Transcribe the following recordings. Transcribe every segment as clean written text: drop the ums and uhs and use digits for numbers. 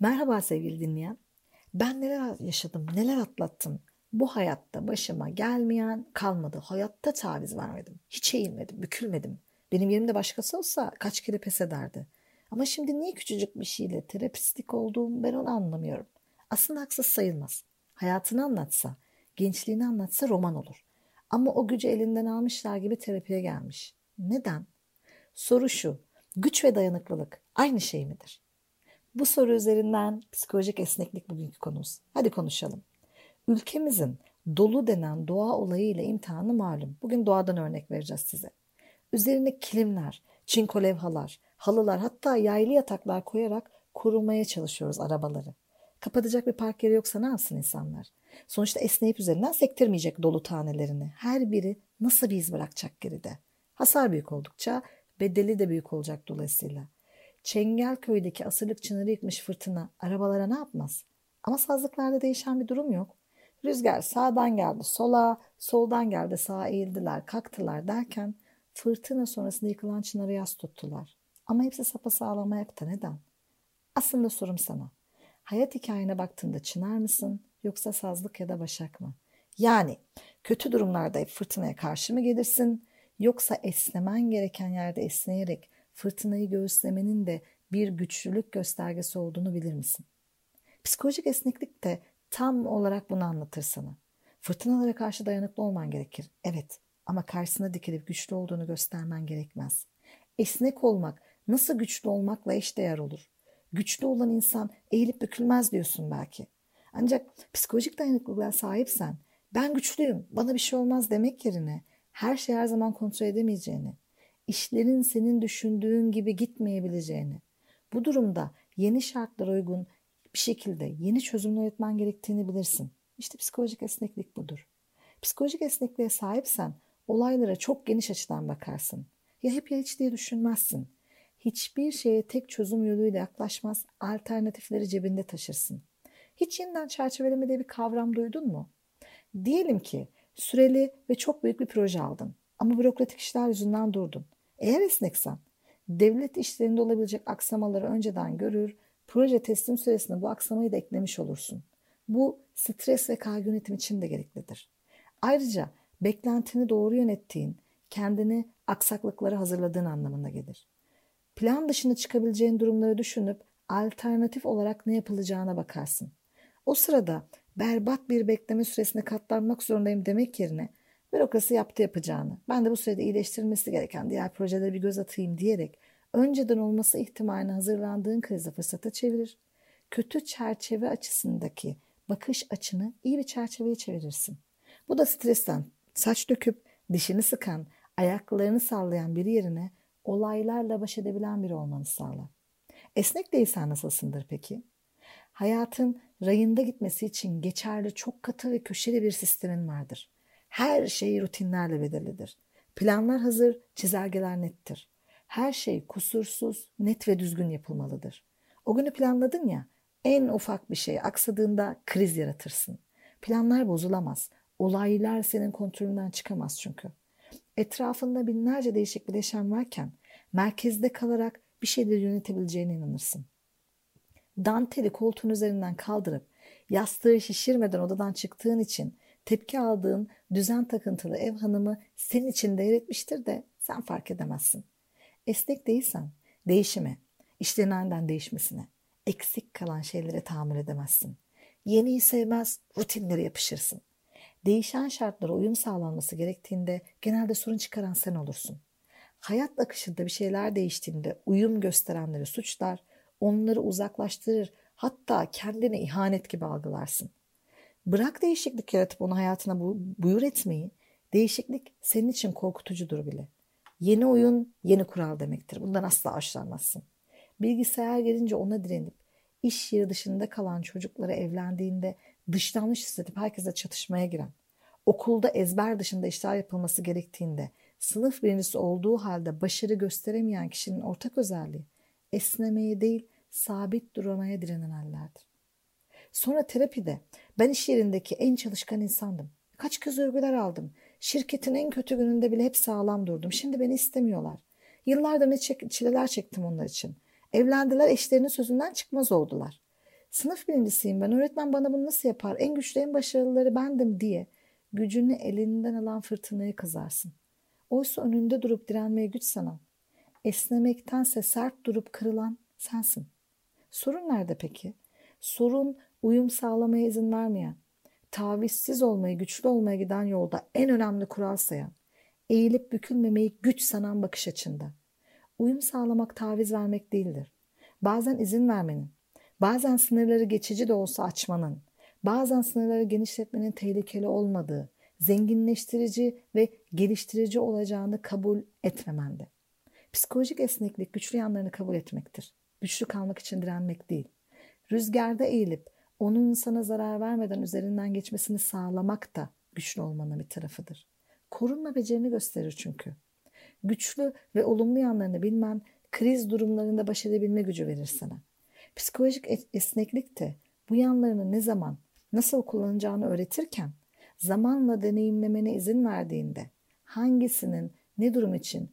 Merhaba sevgili dinleyen. Ben neler yaşadım, neler atlattım. Bu hayatta başıma gelmeyen kalmadı. Hayatta taviz vermedim. Hiç eğilmedim, bükülmedim. Benim yerimde başkası olsa kaç kere pes ederdi. Ama şimdi niye küçücük bir şeyle terapistlik olduğum ben onu anlamıyorum. Aslında haksız sayılmaz. Hayatını anlatsa, gençliğini anlatsa roman olur. Ama o gücü elinden almışlar gibi terapiye gelmiş. Neden? Soru şu. Güç ve dayanıklılık aynı şey midir? Bu soru üzerinden psikolojik esneklik bugünkü konumuz. Hadi konuşalım. Ülkemizin dolu denen doğa olayıyla imtihanı malum. Bugün doğadan örnek vereceğiz size. Üzerine kilimler, çinko levhalar, halılar hatta yaylı yataklar koyarak korumaya çalışıyoruz arabaları. Kapatacak bir park yeri yoksa ne yapsın insanlar? Sonuçta esneyip üzerinden sektirmeyecek dolu tanelerini. Her biri nasıl bir iz bırakacak geride? Hasar büyük oldukça bedeli de büyük olacak dolayısıyla. Çengelköy'deki asırlık çınarı yıkmış fırtına arabalara ne yapmaz? Ama sazlıklarda değişen bir durum yok. Rüzgar sağdan geldi sola, soldan geldi sağa eğildiler, kalktılar derken fırtına sonrasında yıkılan çınarı yas tuttular. Ama hepsi sapasağlam ayakta. Neden? Aslında sorum sana. Hayat hikayene baktığında çınar mısın yoksa sazlık ya da başak mı? Yani kötü durumlarda hep fırtınaya karşı mı gelirsin yoksa esnemen gereken yerde esneyerek fırtınayı göğüslemenin de bir güçlülük göstergesi olduğunu bilir misin? Psikolojik esneklik de tam olarak bunu anlatır sana. Fırtınalara karşı dayanıklı olman gerekir. Evet, ama karşısına dikilip güçlü olduğunu göstermen gerekmez. Esnek olmak nasıl güçlü olmakla eşdeğer olur? Güçlü olan insan eğilip bükülmez diyorsun belki. Ancak psikolojik dayanıklılığa sahipsen ben güçlüyüm, bana bir şey olmaz demek yerine her şeyi her zaman kontrol edemeyeceğini, işlerin senin düşündüğün gibi gitmeyebileceğini, bu durumda yeni şartlara uygun bir şekilde yeni çözümler üretmen gerektiğini bilirsin. İşte psikolojik esneklik budur. Psikolojik esnekliğe sahipsen olaylara çok geniş açıdan bakarsın. Ya hep ya hiç diye düşünmezsin. Hiçbir şeye tek çözüm yoluyla yaklaşmaz, alternatifleri cebinde taşırsın. Hiç yeniden çerçeveleme diye bir kavram duydun mu? Diyelim ki süreli ve çok büyük bir proje aldın ama bürokratik işler yüzünden durdun. Eğer esneksen, devlet işlerinde olabilecek aksamaları önceden görür, proje teslim süresine bu aksamayı da eklemiş olursun. Bu stres ve kaygı yönetimi için de gereklidir. Ayrıca beklentini doğru yönettiğin, kendini aksaklıklara hazırladığın anlamına gelir. Plan dışına çıkabileceğin durumları düşünüp alternatif olarak ne yapılacağına bakarsın. O sırada berbat bir bekleme süresine katlanmak zorundayım demek yerine bürokrasi yaptı yapacağını, ben de bu sürede iyileştirilmesi gereken diğer projelere bir göz atayım diyerek önceden olması ihtimaline hazırlandığın krizi fırsata çevirir. Kötü çerçeve açısındaki bakış açını iyi bir çerçeveye çevirirsin. Bu da stresten saç döküp dişini sıkan, ayaklarını sallayan biri yerine olaylarla baş edebilen biri olmanı sağlar. Esnek değilsen nasılsındır peki? Hayatın rayında gitmesi için geçerli çok katı ve köşeli bir sistemin vardır. Her şey rutinlerle belirlidir. Planlar hazır, çizelgeler nettir. Her şey kusursuz, net ve düzgün yapılmalıdır. O günü planladın ya, en ufak bir şey aksadığında kriz yaratırsın. Planlar bozulamaz. Olaylar senin kontrolünden çıkamaz çünkü. Etrafında binlerce değişik bileşen varken merkezde kalarak bir şeyleri yönetebileceğine inanırsın. Danteli koltuğun üzerinden kaldırıp yastığı şişirmeden odadan çıktığın için tepki aldığın düzen takıntılı ev hanımı senin için devretmiştir de sen fark edemezsin. Esnek değilsen değişime, işlerin aniden değişmesine, eksik kalan şeylere tahammül edemezsin. Yeniyi sevmez, rutinlere yapışırsın. Değişen şartlara uyum sağlanması gerektiğinde genelde sorun çıkaran sen olursun. Hayat akışında bir şeyler değiştiğinde uyum gösterenleri suçlar, onları uzaklaştırır, hatta kendine ihanet gibi algılarsın. Bırak değişiklik yaratıp onu hayatına buyur etmeyi, değişiklik senin için korkutucudur bile. Yeni oyun, yeni kural demektir. Bundan asla hoşlanmazsın. Bilgisayar gelince ona direnip, iş yeri dışında kalan çocuklara evlendiğinde dışlanmış hissedip herkese çatışmaya giren, okulda ezber dışında işler yapılması gerektiğinde sınıf birincisi olduğu halde başarı gösteremeyen kişinin ortak özelliği esnemeye değil sabit duramaya direnen hallerdir. Sonra terapide ben iş yerindeki en çalışkan insandım. Kaç kez övgüler aldım. Şirketin en kötü gününde bile hep sağlam durdum. Şimdi beni istemiyorlar. Yıllardır ne çileler çektim onlar için. Evlendiler, eşlerinin sözünden çıkmaz oldular. Sınıf birincisiyim ben, öğretmen bana bunu nasıl yapar, en güçlü en başarılıları bendim diye gücünü elinden alan fırtınaya kızarsın. Oysa önünde durup direnmeye güç sanan, esnemektense sert durup kırılan sensin. Sorun nerede peki? Sorun uyum sağlamaya izin vermeyen, tavizsiz olmayı, güçlü olmaya giden yolda en önemli kural sayan, eğilip bükülmemeyi güç sanan bakış açında. Uyum sağlamak taviz vermek değildir. Bazen izin vermenin, bazen sınırları geçici de olsa açmanın, bazen sınırları genişletmenin tehlikeli olmadığı, zenginleştirici ve geliştirici olacağını kabul etmemende. Psikolojik esneklik güçlü yanlarını kabul etmektir. Güçlü kalmak için direnmek değil. Rüzgarda eğilip onun sana zarar vermeden üzerinden geçmesini sağlamak da güçlü olmanın bir tarafıdır. Korunma becerini gösterir çünkü. Güçlü ve olumlu yanlarını bilmen, kriz durumlarında baş edebilme gücü verir sana. Psikolojik esneklik de bu yanlarını ne zaman, nasıl kullanacağını öğretirken, zamanla deneyimlemene izin verdiğinde, hangisinin ne durum için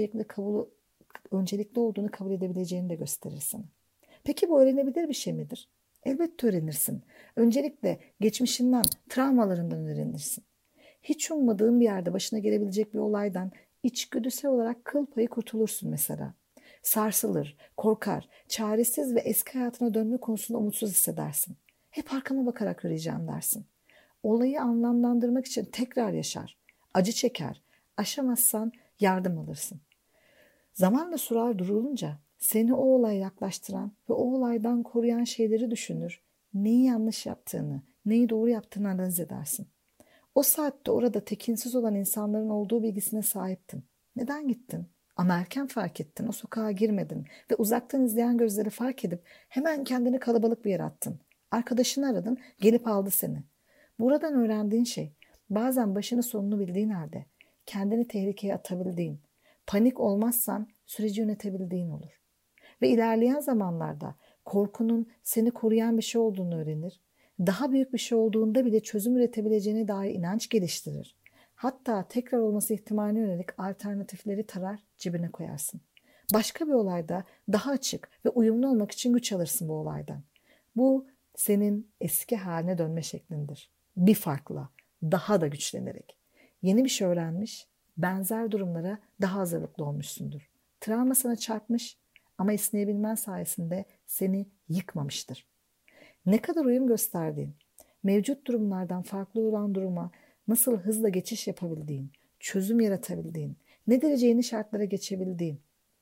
öncelikli olduğunu kabul edebileceğini de gösterir sana. Peki bu öğrenebilir bir şey midir? Elbette öğrenirsin. Öncelikle geçmişinden, travmalarından öğrenirsin. Hiç ummadığın bir yerde başına gelebilecek bir olaydan içgüdüsel olarak kıl payı kurtulursun mesela. Sarsılır, korkar, çaresiz ve eski hayatına dönme konusunda umutsuz hissedersin. Hep arkama bakarak yürüyeceğim dersin. Olayı anlamlandırmak için tekrar yaşar, acı çeker, aşamazsan yardım alırsın. Zamanla sular durulunca seni o olaya yaklaştıran ve o olaydan koruyan şeyleri düşünür, neyi yanlış yaptığını, neyi doğru yaptığını analiz edersin. O saatte orada tekinsiz olan insanların olduğu bilgisine sahiptin. Neden gittin? Ama erken fark ettin, o sokağa girmedin ve uzaktan izleyen gözleri fark edip hemen kendini kalabalık bir yere attın. Arkadaşını aradın, gelip aldı seni. Buradan öğrendiğin şey, bazen başını sonunu bildiğin halde kendini tehlikeye atabildiğin, panik olmazsan süreci yönetebildiğin olur. Ve ilerleyen zamanlarda korkunun seni koruyan bir şey olduğunu öğrenir, daha büyük bir şey olduğunda bile çözüm üretebileceğine dair inanç geliştirir. Hatta tekrar olması ihtimaline yönelik alternatifleri tarar, cebine koyarsın. Başka bir olayda daha açık ve uyumlu olmak için güç alırsın bu olaydan. Bu senin eski haline dönme şeklindir. Bir farkla, daha da güçlenerek. Yeni bir şey öğrenmiş, benzer durumlara daha hazırlıklı olmuşsundur. Travma sana çarpmış ama esneyebilmen sayesinde seni yıkmamıştır. Ne kadar uyum gösterdiğin, mevcut durumlardan farklı olan duruma nasıl hızla geçiş yapabildiğin, çözüm yaratabildiğin, ne derece yeni şartlara geçebildiğin,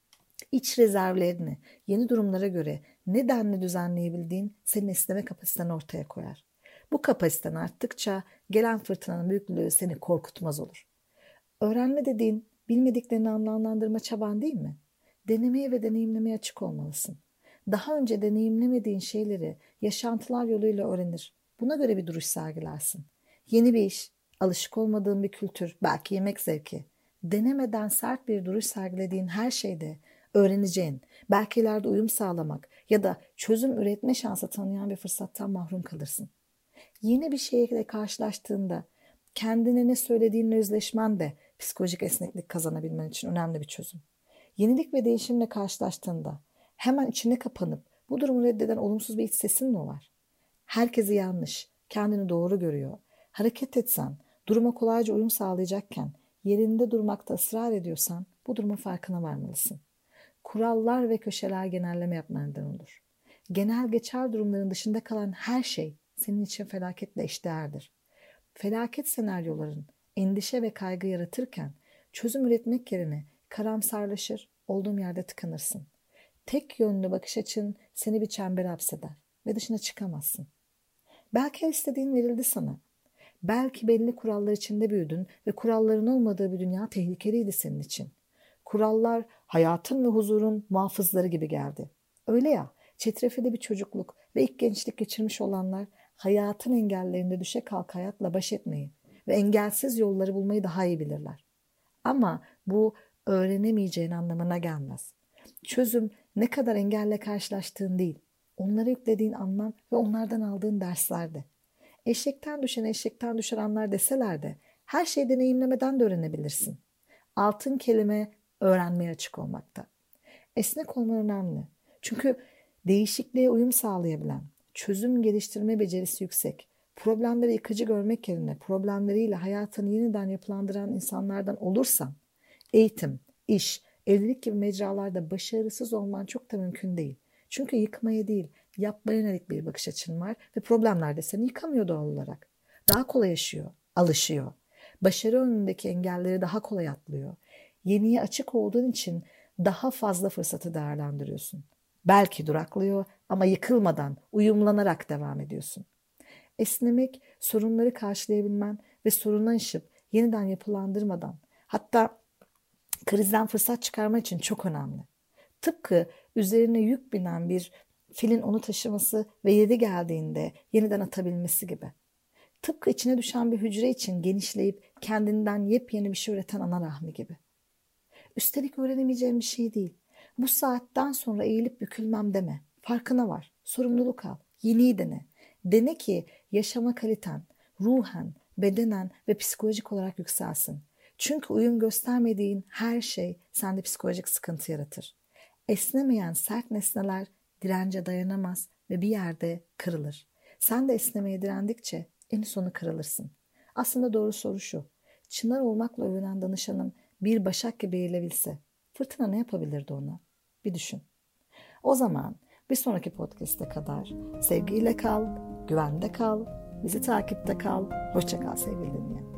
iç rezervlerini yeni durumlara göre ne denli düzenleyebildiğin senin esneme kapasiteni ortaya koyar. Bu kapasiten arttıkça gelen fırtınanın büyüklüğü seni korkutmaz olur. Öğrenme dediğin bilmediklerini anlamlandırma çaban değil mi? Denemeye ve deneyimlemeye açık olmalısın. Daha önce deneyimlemediğin şeyleri yaşantılar yoluyla öğrenir. Buna göre bir duruş sergilersin. Yeni bir iş, alışık olmadığın bir kültür, belki yemek zevki. Denemeden sert bir duruş sergilediğin her şeyde öğreneceğin, belki ileride uyum sağlamak ya da çözüm üretme şansı tanıyan bir fırsattan mahrum kalırsın. Yeni bir şeyle karşılaştığında kendine ne söylediğinle yüzleşmen de psikolojik esneklik kazanabilmen için önemli bir çözüm. Yenilik ve değişimle karşılaştığında hemen içine kapanıp bu durumu reddeden olumsuz bir iç sesin mi var? Herkesi yanlış, kendini doğru görüyor. Hareket etsen, duruma kolayca uyum sağlayacakken yerinde durmakta ısrar ediyorsan bu durumun farkına varmalısın. Kurallar ve köşeler genelleme yapmandan olur. Genel geçer durumların dışında kalan her şey senin için felaketle eşdeğerdir. Felaket senaryoların endişe ve kaygı yaratırken çözüm üretmek yerine karamsarlaşır, olduğun yerde tıkanırsın. Tek yönlü bakış açın seni bir çembere hapseder ve dışına çıkamazsın. Belki her istediğin verildi sana. Belki belli kurallar içinde büyüdün ve kuralların olmadığı bir dünya tehlikeliydi senin için. Kurallar hayatın ve huzurun muhafızları gibi geldi. Öyle ya, çetrefilli bir çocukluk ve ilk gençlik geçirmiş olanlar hayatın engellerinde düşe kalk hayatla baş etmeyi ve engelsiz yolları bulmayı daha iyi bilirler. Ama bu öğrenemeyeceğin anlamına gelmez. Çözüm ne kadar engelle karşılaştığın değil, onlara yüklediğin anlam ve onlardan aldığın derslerde. Eşekten düşer anlar deseler de her şeyi deneyimlemeden de öğrenebilirsin. Altın kelime öğrenmeye açık olmakta. Esnek olman önemli. Çünkü değişikliğe uyum sağlayabilen, çözüm geliştirme becerisi yüksek, problemleri yıkıcı görmek yerine problemleriyle hayatını yeniden yapılandıran insanlardan olursan, eğitim, iş, evlilik gibi mecralarda başarısız olman çok da mümkün değil. Çünkü yıkmaya değil, yapmaya yönelik bir bakış açın var ve problemler de seni yıkamıyor doğal olarak. Daha kolay yaşıyor, alışıyor. Başarı önündeki engelleri daha kolay atlıyor. Yeniye açık olduğun için daha fazla fırsatı değerlendiriyorsun. Belki duraklıyor ama yıkılmadan, uyumlanarak devam ediyorsun. Esnemek, sorunları karşılayabilmen ve sorunu aşıp yeniden yapılandırmadan, hatta krizden fırsat çıkarma için çok önemli. Tıpkı üzerine yük binen bir filin onu taşıması ve yeri geldiğinde yeniden atabilmesi gibi. Tıpkı içine düşen bir hücre için genişleyip kendinden yepyeni bir şey üreten ana rahmi gibi. Üstelik öğrenemeyeceğim bir şey değil. Bu saatten sonra eğilip bükülmem deme. Farkına var. Sorumluluk al. Yeniyi dene. Dene ki yaşama kaliten, ruhen, bedenen ve psikolojik olarak yükselsin. Çünkü uyum göstermediğin her şey sende psikolojik sıkıntı yaratır. Esnemeyen sert nesneler dirence dayanamaz ve bir yerde kırılır. Sen de esnemeye direndikçe en sonu kırılırsın. Aslında doğru soru şu. Çınar olmakla övünen danışanım bir başak gibi eğilebilse fırtına ne yapabilirdi ona? Bir düşün. O zaman bir sonraki podcast'e kadar sevgiyle kal, güvende kal, bizi takipte kal. Hoşça kal sevgili dinleyen.